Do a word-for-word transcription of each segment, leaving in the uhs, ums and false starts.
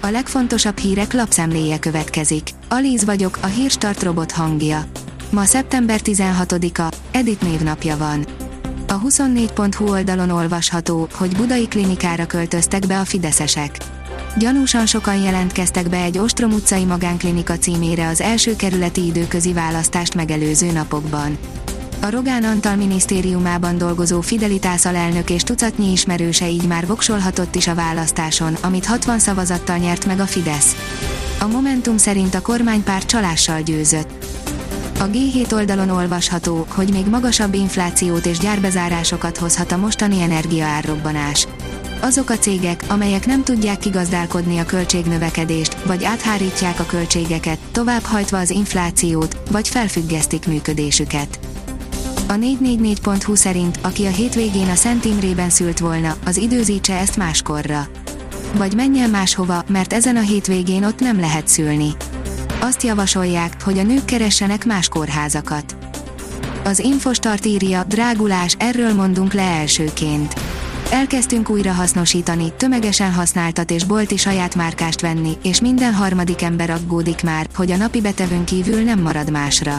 A legfontosabb hírek lapszemléje következik. Alíz vagyok, a Hírstart robot hangja. Ma szeptember tizenhatodika, Edith névnapja van. A huszonnégy pont hu oldalon olvasható, hogy budai klinikára költöztek be a fideszesek. Gyanúsan sokan jelentkeztek be egy Ostrom utcai magánklinika címére az első kerületi időközi választást megelőző napokban. A Rogán Antal minisztériumában dolgozó Fidelitás alelnök és tucatnyi ismerőse így már voksolhatott is a választáson, amit hatvan szavazattal nyert meg a Fidesz. A Momentum szerint a kormánypárt csalással győzött. A gé hét oldalon olvasható, hogy még magasabb inflációt és gyárbezárásokat hozhat a mostani energiaárrobbanás. Azok a cégek, amelyek nem tudják kigazdálkodni a költségnövekedést, vagy áthárítják a költségeket, továbbhajtva az inflációt, vagy felfüggesztik működésüket. A négy négy négy pont hu szerint, aki a hétvégén a Szent Imrében szült volna, az időzítse ezt máskorra. Vagy menjen máshova, mert ezen a hétvégén ott nem lehet szülni. Azt javasolják, hogy a nők keressenek más kórházakat. Az Infostart írja, drágulás, erről mondunk le elsőként. Elkezdtünk újra hasznosítani, tömegesen használtat és bolti saját márkást venni, és minden harmadik ember aggódik már, hogy a napi betevőn kívül nem marad másra.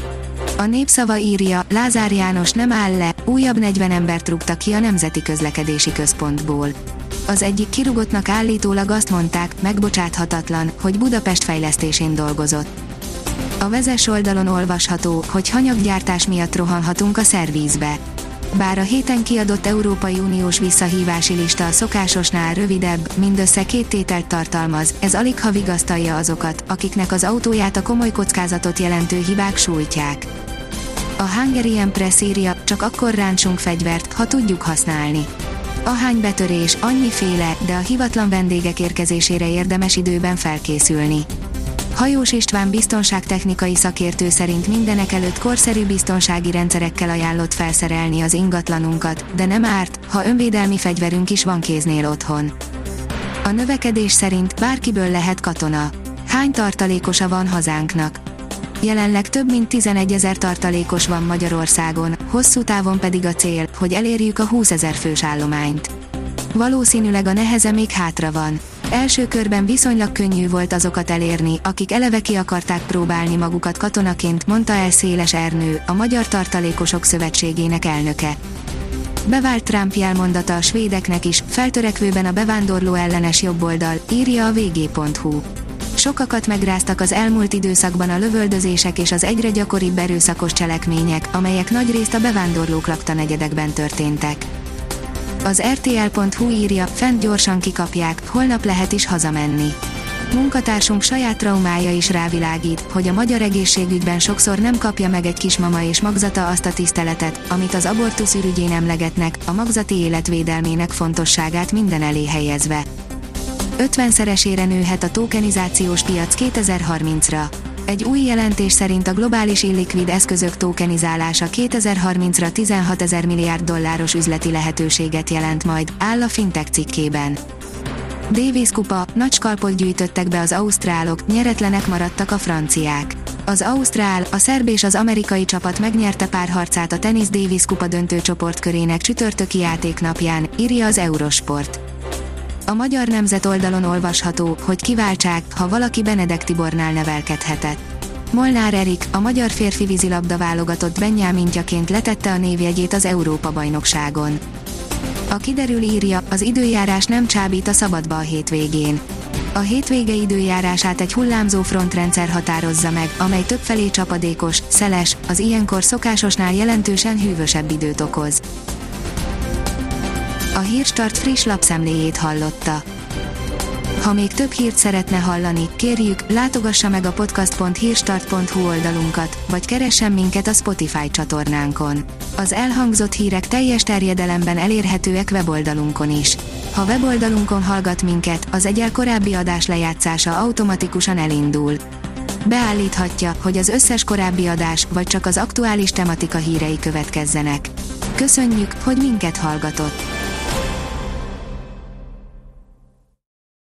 A Népszava írja, Lázár János nem áll le, újabb negyven embert rúgtak ki a Nemzeti Közlekedési Központból. Az egyik kirugottnak állítólag azt mondták, megbocsáthatatlan, hogy Budapest fejlesztésén dolgozott. A Vezes oldalon olvasható, hogy hanyaggyártás miatt rohanhatunk a szervízbe. Bár a héten kiadott Európai Uniós visszahívási lista a szokásosnál rövidebb, mindössze két tételt tartalmaz, ez aligha vigasztalja azokat, akiknek az autóját a komoly kockázatot jelentő hibák sújtják. A Hungarian Press írja, csak akkor rántsunk fegyvert, ha tudjuk használni. Ahány betörés, annyiféle, de a hivatlan vendégek érkezésére érdemes időben felkészülni. Hajós István biztonságtechnikai szakértő szerint mindenek előtt korszerű biztonsági rendszerekkel ajánlott felszerelni az ingatlanunkat, de nem árt, ha önvédelmi fegyverünk is van kéznél otthon. A Növekedés szerint bárkiből lehet katona. Hány tartalékosa van hazánknak? Jelenleg több mint tizenegyezer tartalékos van Magyarországon, hosszú távon pedig a cél, hogy elérjük a húszezer fős állományt. Valószínűleg a neheze még hátra van. Első körben viszonylag könnyű volt azokat elérni, akik eleve ki akarták próbálni magukat katonaként, mondta el Széles Ernő, a Magyar Tartalékosok Szövetségének elnöke. Bevált Trump jelmondata a svédeknek is, feltörekvőben a bevándorló ellenes jobboldal, írja a vg pont hu. Sokakat megráztak az elmúlt időszakban a lövöldözések és az egyre gyakoribb erőszakos cselekmények, amelyek nagyrészt a bevándorlók lakta negyedekben történtek. Az er té el pont hu írja, fent gyorsan kikapják, holnap lehet is hazamenni. Munkatársunk saját traumája is rávilágít, hogy a magyar egészségügyben sokszor nem kapja meg egy kismama és magzata azt a tiszteletet, amit az abortusz ürügyén emlegetnek, a magzati életvédelmének fontosságát minden elé helyezve. ötvenszeresére nőhet a tokenizációs piac kétezer-harmincra. Egy új jelentés szerint a globális illikvid eszközök tokenizálása kétezer-harmincra tizenhatezer milliárd dolláros üzleti lehetőséget jelent majd, áll a Fintech cikkében. Davis kupa, nagy skalpot gyűjtöttek be az ausztrálok, nyeretlenek maradtak a franciák. Az ausztrál, a szerb és az amerikai csapat megnyerte párharcát a Tennis Davis kupa döntő csoportkörének csütörtöki játéknapján, írja az Eurosport. A Magyar Nemzet oldalon olvasható, hogy kiváltsák, ha valaki Benedek Tibornál nevelkedhetett. Molnár Erik, a magyar férfi vízilabda válogatott Benjámintjaként letette a névjegyét az Európa-bajnokságon. A Kiderül írja, az időjárás nem csábít a szabadba a hétvégén. A hétvége időjárását egy hullámzó frontrendszer határozza meg, amely többfelé csapadékos, szeles, az ilyenkor szokásosnál jelentősen hűvösebb időt okoz. A Hírstart friss lapszemléjét hallotta. Ha még több hírt szeretne hallani, kérjük, látogassa meg a podcast pont hírstart pont hu oldalunkat, vagy keressen minket a Spotify csatornánkon. Az elhangzott hírek teljes terjedelemben elérhetőek weboldalunkon is. Ha weboldalunkon hallgat minket, az egyel korábbi adás lejátszása automatikusan elindul. Beállíthatja, hogy az összes korábbi adás, vagy csak az aktuális tematika hírei következzenek. Köszönjük, hogy minket hallgatott!